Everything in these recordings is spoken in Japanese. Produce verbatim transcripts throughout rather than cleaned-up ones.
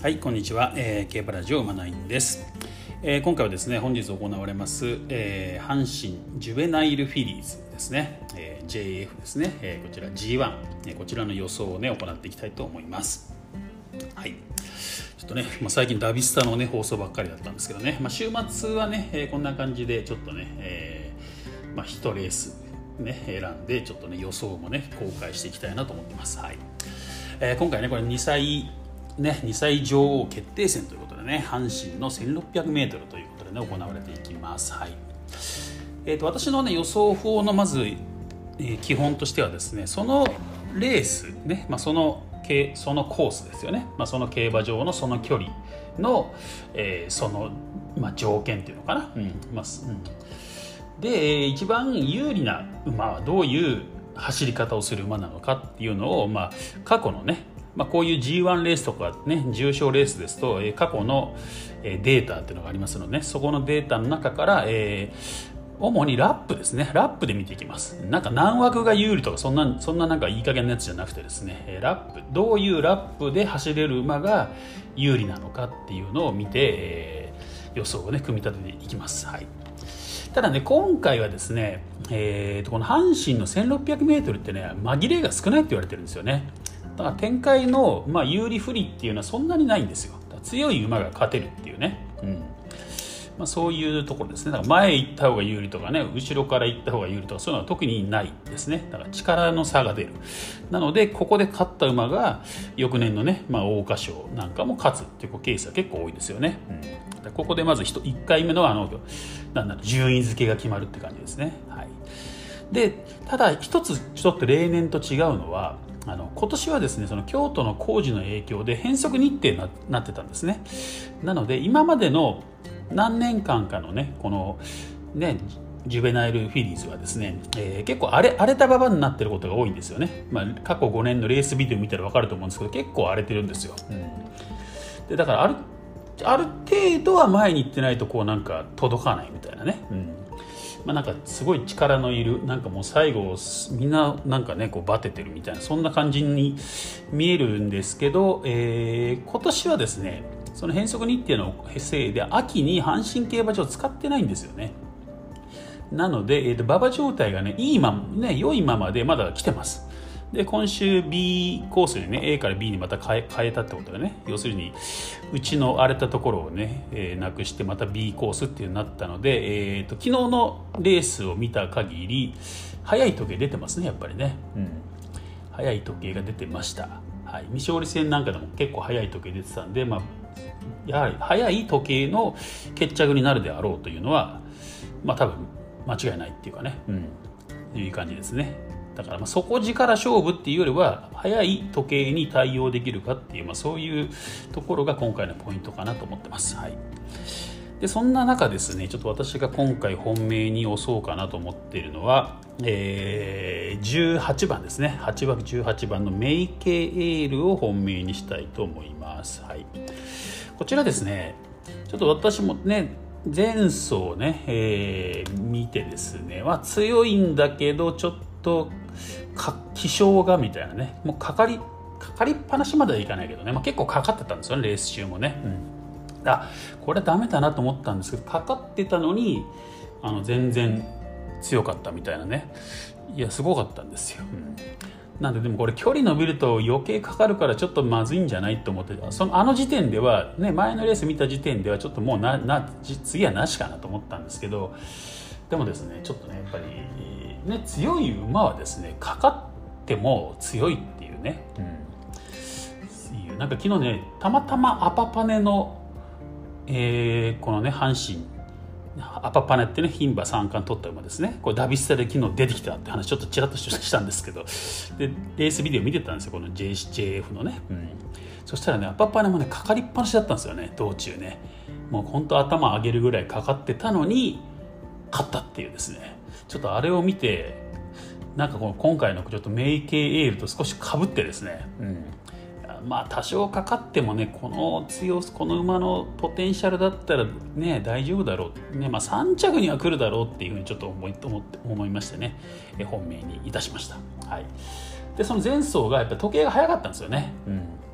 はい、こんにちは、えー、競馬ラジオ馬ナインです、えー、今回はですね本日行われます、えー、阪神ジュベナイルフィリーズですね、えー、ジェイエフ ですね、えー、こちら ジーワン、えー、こちらの予想をね行っていきたいと思います。はい、ちょっとね、まあ、最近ダビスタのね放送ばっかりだったんですけどね、まあ、週末はね、えー、こんな感じでちょっとね、えーまあ、いちレースね選んでちょっとね予想もね公開していきたいなと思ってます。はい、えー、今回ねこれにさいね、にさい女王決定戦ということでね阪神の せんろっぴゃくメートル ということでね行われていきます。はい、えー、と私のね予想法のまず、えー、基本としてはですねそのレースね、まあ、そのそのコースですよね、まあ、その競馬場のその距離の、えー、その、まあ、条件っていうのかな、うんまあうん、で一番有利な馬はどういう走り方をする馬なのかっていうのを、まあ、過去のねまあ、こういう ジーワン レースとかね重賞レースですと、えー、過去の、えー、データっていうのがありますので、ね、そこのデータの中から、えー、主にラップですねラップで見ていきます。なんか何枠が有利とかそんなそんななんかいい加減なやつじゃなくてですね、えー、ラップどういうラップで走れる馬が有利なのかっていうのを見て、えー、予想をね組み立てていきます。はい、ただね今回はですね、えー、とこの阪神の せんろっぴゃくメートル ってね紛れが少ないって言われてるんですよね。だから展開の、まあ、有利不利っていうのはそんなにないんですよ。強い馬が勝てるっていうね、うんまあ、そういうところですね。だから前行った方が有利とかね後ろから行った方が有利とかそういうのは特にないですね。だから力の差が出る。なのでここで勝った馬が翌年のね、まあ、桜花賞なんかも勝つっていうケースは結構多いですよね。うん、ここでまず いっかいめのあのなんだろう順位付けが決まるって感じですね。はい、でただ一つちょっと例年と違うのはあの今年はですねその京都の工事の影響で変則日程に な, なってたんですね。なので今までの何年間かのねこのねジュベナイルフィリーズはですね、えー、結構荒れ荒れた馬場になってることが多いんですよね。まあ、過去ごねんのレースビデオ見たら分かると思うんですけど結構荒れてるんですよ。うん、でだからあるある程度は前に行ってないとこうなんか届かないみたいなね。うんまあ、なんかすごい力のいるなんかもう最後みんななんかねこうバテてるみたいなそんな感じに見えるんですけど、えー、今年はですねその変則日程のせいで秋に阪神競馬場を使ってないんですよね。なので、えー、と馬場状態がねいいままね良いままでまだ来てます。で今週 B コースでね A から B にまた変え、変えたってことでね要するにうちの荒れたところをね、えー、なくしてまた B コースっていうなったので、えー、と昨日のレースを見た限り速い時計出てますねやっぱりね、うん、速い時計が出てました。はい、未勝利戦なんかでも結構速い時計出てたんで、まあ、やはり速い時計の決着になるであろうというのはまあ多分間違いないっていうかね、うん、いう感じですね。だからまあ底力勝負っていうよりは速い時計に対応できるかっていう、まあ、そういうところが今回のポイントかなと思ってます。はい、でそんな中ですねちょっと私が今回本命に押そうかなと思っているのは、えー、じゅうはちばんですね。はちばんじゅうはちばんのメイケエールを本命にしたいと思います。はい、こちらですねちょっと私もね前走ね、えー、見てですね、まあ、強いんだけどちょっと気性がみたいなねもうかかりかかりっぱなしまではいかないけどね、まあ、結構かかってたんですよねレース中もね、うん、あこれはダメだなと思ったんですけどかかってたのにあの全然強かったみたいなねいやすごかったんですよ、うん、なんででもこれ距離伸びると余計かかるからちょっとまずいんじゃないと思ってそのあの時点ではね前のレース見た時点ではちょっともうなな次はなしかなと思ったんですけどでもですねちょっとねやっぱりね、強い馬はですねかかっても強いっていうね、うん、いうなんか昨日ねたまたまアパパネの、えー、このね阪神アパパネってね牝馬三冠取った馬ですねこれダビスタで昨日出てきたって話ちょっとちらっとしたんですけどでレースビデオ見てたんですよこの ジェイエフ のね、うん、そしたらねアパパネもねかかりっぱなしだったんですよね道中ねもう本当頭上げるぐらいかかってたのに勝ったっていうですねちょっとあれを見てなんかこの今回のちょっとメイケイエールと少しかぶってですね、うん、まあ多少かかってもねこの強この馬のポテンシャルだったらね大丈夫だろう、ねまあ、さん着には来るだろうっていうふうにちょっと思い思って思いましてね本命にいたしました。はい、でその前走がやっぱ時計が早かったんですよね。うん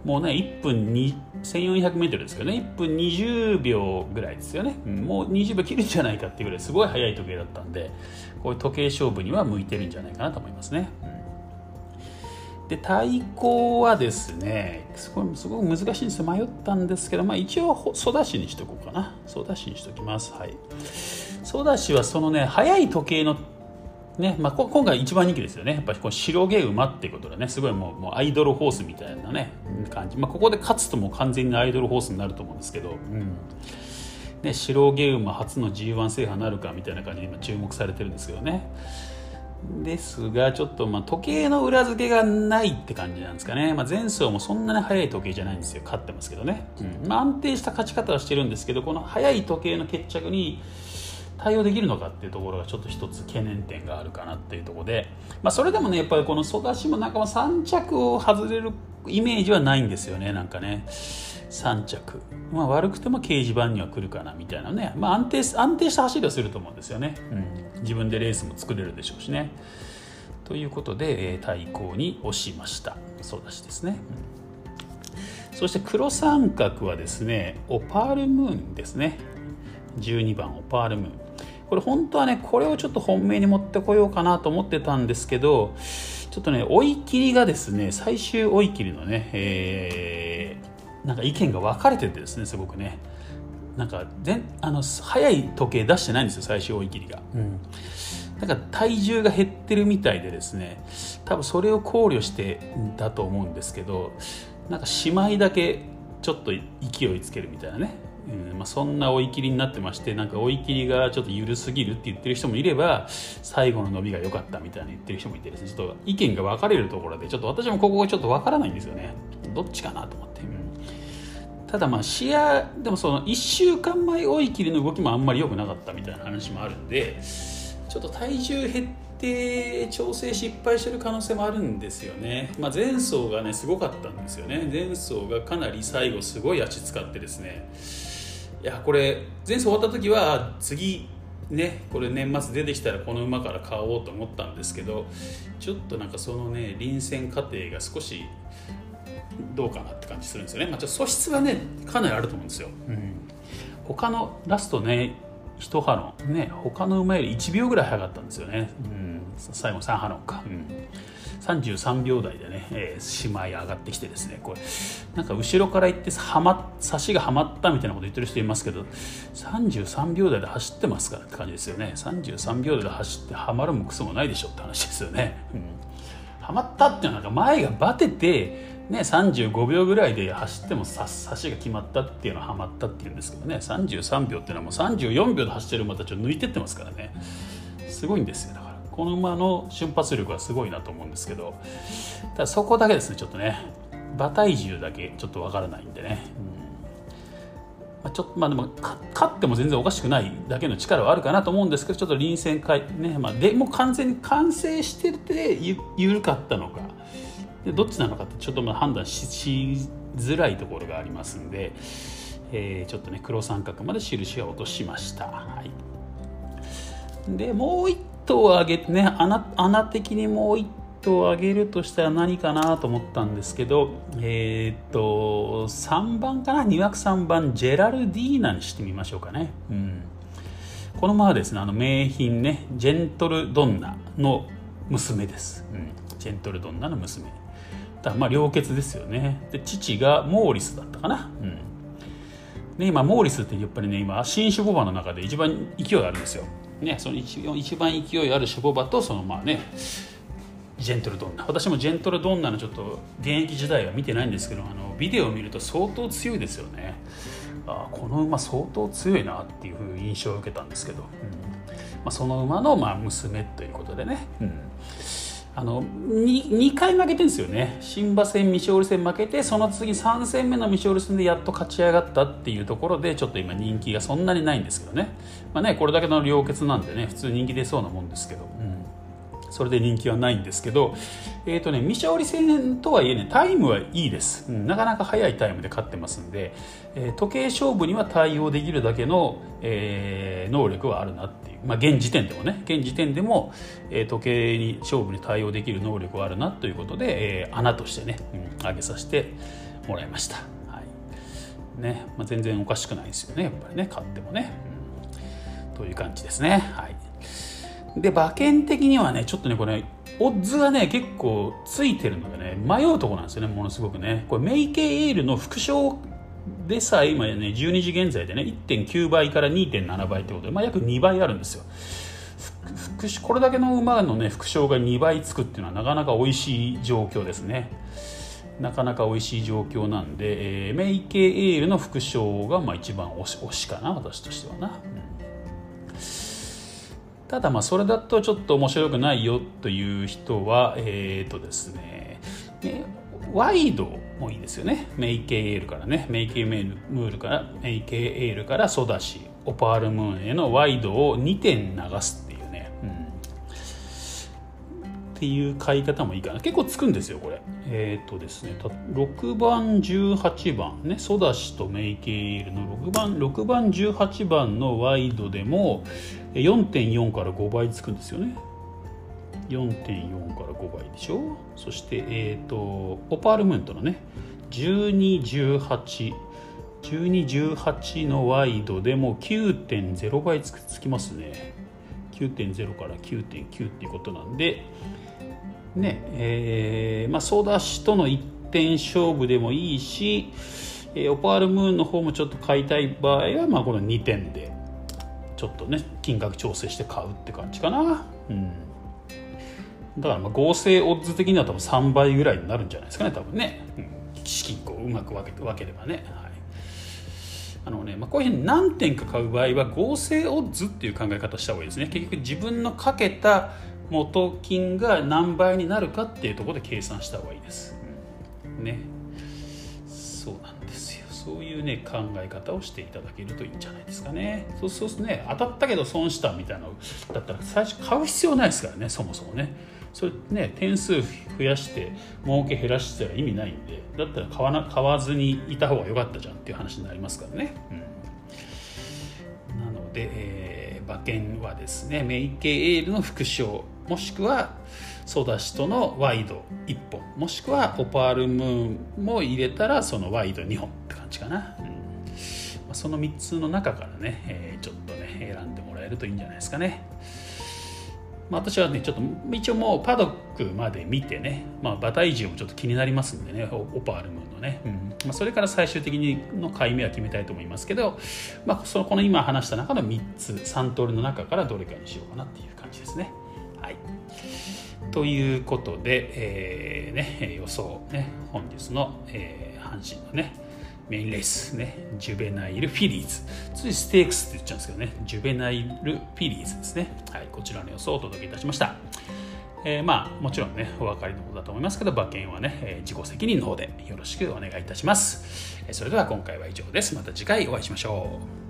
もうねいっぷんに せんよんひゃくメートルですけどねいっぷんにじゅうびょうぐらいですよね、うん、もうにじゅうびょう切るんじゃないかっていうぐらいすごい速い時計だったんで、こういう時計勝負には向いてるんじゃないかなと思いますね、うん、で対抗はですねすごいすごく難しいんですよ。迷ったんですけど、まあ、一応ソダシにしとこうかな。ソダシにしときます。はい、ソダシはそのね速い時計のね、まあ、今回一番人気ですよね。やっぱりこう白毛馬っていうことでね、すごいもう、もうアイドルホースみたいなね感じ、まあ、ここで勝つともう完全にアイドルホースになると思うんですけど、うんね、白毛馬初の ジーワン 制覇なるかみたいな感じで今注目されてるんですけどね。ですがちょっとまあ時計の裏付けがないって感じなんですかね。まあ、前走もそんなに速い時計じゃないんですよ。勝ってますけどね、うんまあ、安定した勝ち方はしてるんですけど、この速い時計の決着に対応できるのかっていうところがちょっと一つ懸念点があるかなっていうところで、まあ、それでもねやっぱりこのソダシもなんかさん着を外れるイメージはないんですよね。なんかねさん着、まあ、悪くても掲示板には来るかなみたいなね、まあ、安定安定した走りをすると思うんですよね、うん、自分でレースも作れるでしょうしね。ということで、えー、対抗に押しましたソダシですね、うん、そして黒三角はですねオパールムーンですね。じゅうにばんオパールムーン、これ本当はねこれをちょっと本命に持ってこようかなと思ってたんですけど、ちょっとね追い切りがですね最終追い切りのね、えー、なんか意見が分かれててですね、すごくねなんかであの速い時計出してないんですよ最終追い切りが、うん、なんか体重が減ってるみたいでですね、多分それを考慮してだと思うんですけど、なんか姉妹だけちょっと勢いつけるみたいなね、うんまあ、そんな追い切りになってまして、なんか追い切りがちょっと緩すぎるって言ってる人もいれば、最後の伸びが良かったみたいな言ってる人もいてですね、ちょっと意見が分かれるところで、ちょっと私もここがちょっと分からないんですよね。どっちかなと思って、うん、ただまあ視野でもそのいっしゅうかんまえ追い切りの動きもあんまり良くなかったみたいな話もあるんで、ちょっと体重減って調整失敗してる可能性もあるんですよね。まあ、前走がねすごかったんですよね。前走がかなり最後すごい足使ってですね、いやこれ前走終わった時は次ねこれ年末出てきたらこの馬から買おうと思ったんですけど、ちょっとなんかそのね臨戦過程が少しどうかなって感じするんですよね。まあ、ちょっと素質はねかなりあると思うんですよ、うん、他のラストね一ハロンね他の馬よりいちびょうぐらい早かったんですよね、うん、最後さんハロンか、うん、さんじゅうさんびょう台でね、えー、姉妹上がってきてですね、これなんか後ろから行ってはま差しがはまったみたいなこと言ってる人いますけど、さんじゅうさんびょう台で走ってますからって感じですよね。さんじゅうさんびょう台で走ってはまるもクソもないでしょって話ですよね、うん、はまったっていうのはなんか前がバテてね、さんじゅうごびょうぐらいで走っても差しが決まったっていうのははまったっていうんですけどね、さんじゅうさんびょうっていうのはもうさんじゅうよんびょうで走ってる馬たちを抜いてってますからね、すごいんですよ。だからこの馬の瞬発力はすごいなと思うんですけど、ただそこだけですねちょっとね馬体重だけちょっとわからないんでね、うんまあ、ちょっとまあでも勝っても全然おかしくないだけの力はあるかなと思うんですけど、ちょっと臨戦会ね、まあ、でもう完全に完成しててゆ緩かったのかでどっちなのかってちょっとまあ判断 し, しづらいところがありますんで、えー、ちょっとね黒三角まで印は落としました、はい、でもう一頭を上げてね 穴, 穴的にもう一頭を上げるとしたら何かなと思ったんですけど、えー、っとさんばんかな、にわくさんばんジェラルディーナにしてみましょうかね、うん、この馬はですねあの名品ねジェントルドンナの娘です、うん、ジェントルドンナの娘まあ良血ですよね。で父がモーリスだったかな、うん、で今モーリスってやっぱりね今新種牡馬の中で一番勢いあるんですよ、ね、その 一, 一番勢いある種牡馬とそのまあねジェントルドンナ、私もジェントルドンナのちょっと現役時代は見てないんですけど、あのビデオを見ると相当強いですよね。あこの馬相当強いなっていう印象を受けたんですけど、うんまあ、その馬のまあ娘ということでね、うんあの 2, にかい負けてるんですよね。新馬戦未勝利戦負けて、その次さん戦目の未勝利戦でやっと勝ち上がったっていうところでちょっと今人気がそんなにないんですけどね、まあねこれだけの良血なんでね普通人気出そうなもんですけど、うん、それで人気はないんですけど、えーとね、未勝利戦とはいえねタイムはいいです、うん、なかなか速いタイムで勝ってますんで、えー、時計勝負には対応できるだけの、えー、能力はあるなっていう、まあ、現時点でもね現時点でも、えー、時計に勝負に対応できる能力はあるなということで、えー、穴としてね、うん、上げさせてもらいました。はいねまあ、全然おかしくないですよねやっぱりね買ってもね、うん、という感じですね。はい、で馬券的にはねちょっとねこれオッズがね結構ついてるのでね迷うところなんですよねものすごくね。これメイケイエールの副賞でさえ今ねじゅうにじ現在でね いってんきゅうばいから にてんななばいということで、まあ、約にばいあるんですよ。これだけの馬のね副賞がにばいつくっていうのはなかなか美味しい状況ですね。なかなか美味しい状況なんで、えー、メイケイエールの副賞がまあ一番推し、推しかな私としてはな、うん、ただまあそれだとちょっと面白くないよという人はえっ、ー、とですねワイドもいいですよね。メイケイエールからねメイケイムールからメイケイエールからソダシオパールムーンへのワイドをにてん流すっていうね、うん、っていう買い方もいいかな。結構つくんですよこれ。えっ、ー、とですねろくばんじゅうはちばんねソダシとメイケイエールのろくばんろくばんじゅうはちばんのワイドでも よんてんよん からごばいつくんですよね。よんてんよん からごばいでしょ。そして、えー、とオパールムーンとのねじゅうに、じゅうはち、じゅうに、じゅうはちのワイドでも きゅうてんゼロ 倍つつきますね。きゅうてんゼロ から きゅうてんきゅう っていうことなんでねえー、まあソーダシとのいってん勝負でもいいし、えー、オパールムーンの方もちょっと買いたい場合はまあこのにてんでちょっとね金額調整して買うって感じかな。うんだからまあ合成オッズ的には多分さんばいぐらいになるんじゃないですかね多分ね、うん、資金こううまく分け分ければね、はいあのねまあ、こういうふうに何点か買う場合は合成オッズっていう考え方した方がいいですね。結局自分のかけた元金が何倍になるかっていうところで計算した方がいいです、うん、ねそうなんですよ。そういうね考え方をしていただけるといいんじゃないですかね。そうそうですね当たったけど損したみたいなのだったら最初買う必要ないですからねそもそもね。それね点数増やして儲け減らしたら意味ないんでだったら買わな買わずにいた方が良かったじゃんっていう話になりますからね、うん、なので、えー、馬券はですねメイケイエールの副賞もしくはソダシとのワイドいっぽんもしくはオパールムーンも入れたらそのワイドにほんって感じかな、うんまあ、そのみっつの中からね、えー、ちょっとね選んでもらえるといいんじゃないですかね。まあ、私はねちょっと一応もうパドックまで見てね、まあ、馬体重もちょっと気になりますんでねオパールムーンのね、うんまあ、それから最終的にの買い目は決めたいと思いますけど、まあ、そのこの今話した中のみっつさん通りの中からどれかにしようかなっていう感じですね。はい、ということで、えーね、予想、ね、本日の、えー、阪神のねメインレースねジュベナイルフィリーズついステークスって言っちゃうんですけどねジュベナイルフィリーズですね、はい、こちらの予想をお届けいたしました。えー、まあもちろんねお分かりのことだと思いますけど馬券はね、えー、自己責任の方でよろしくお願いいたします。それでは今回は以上です。また次回お会いしましょう。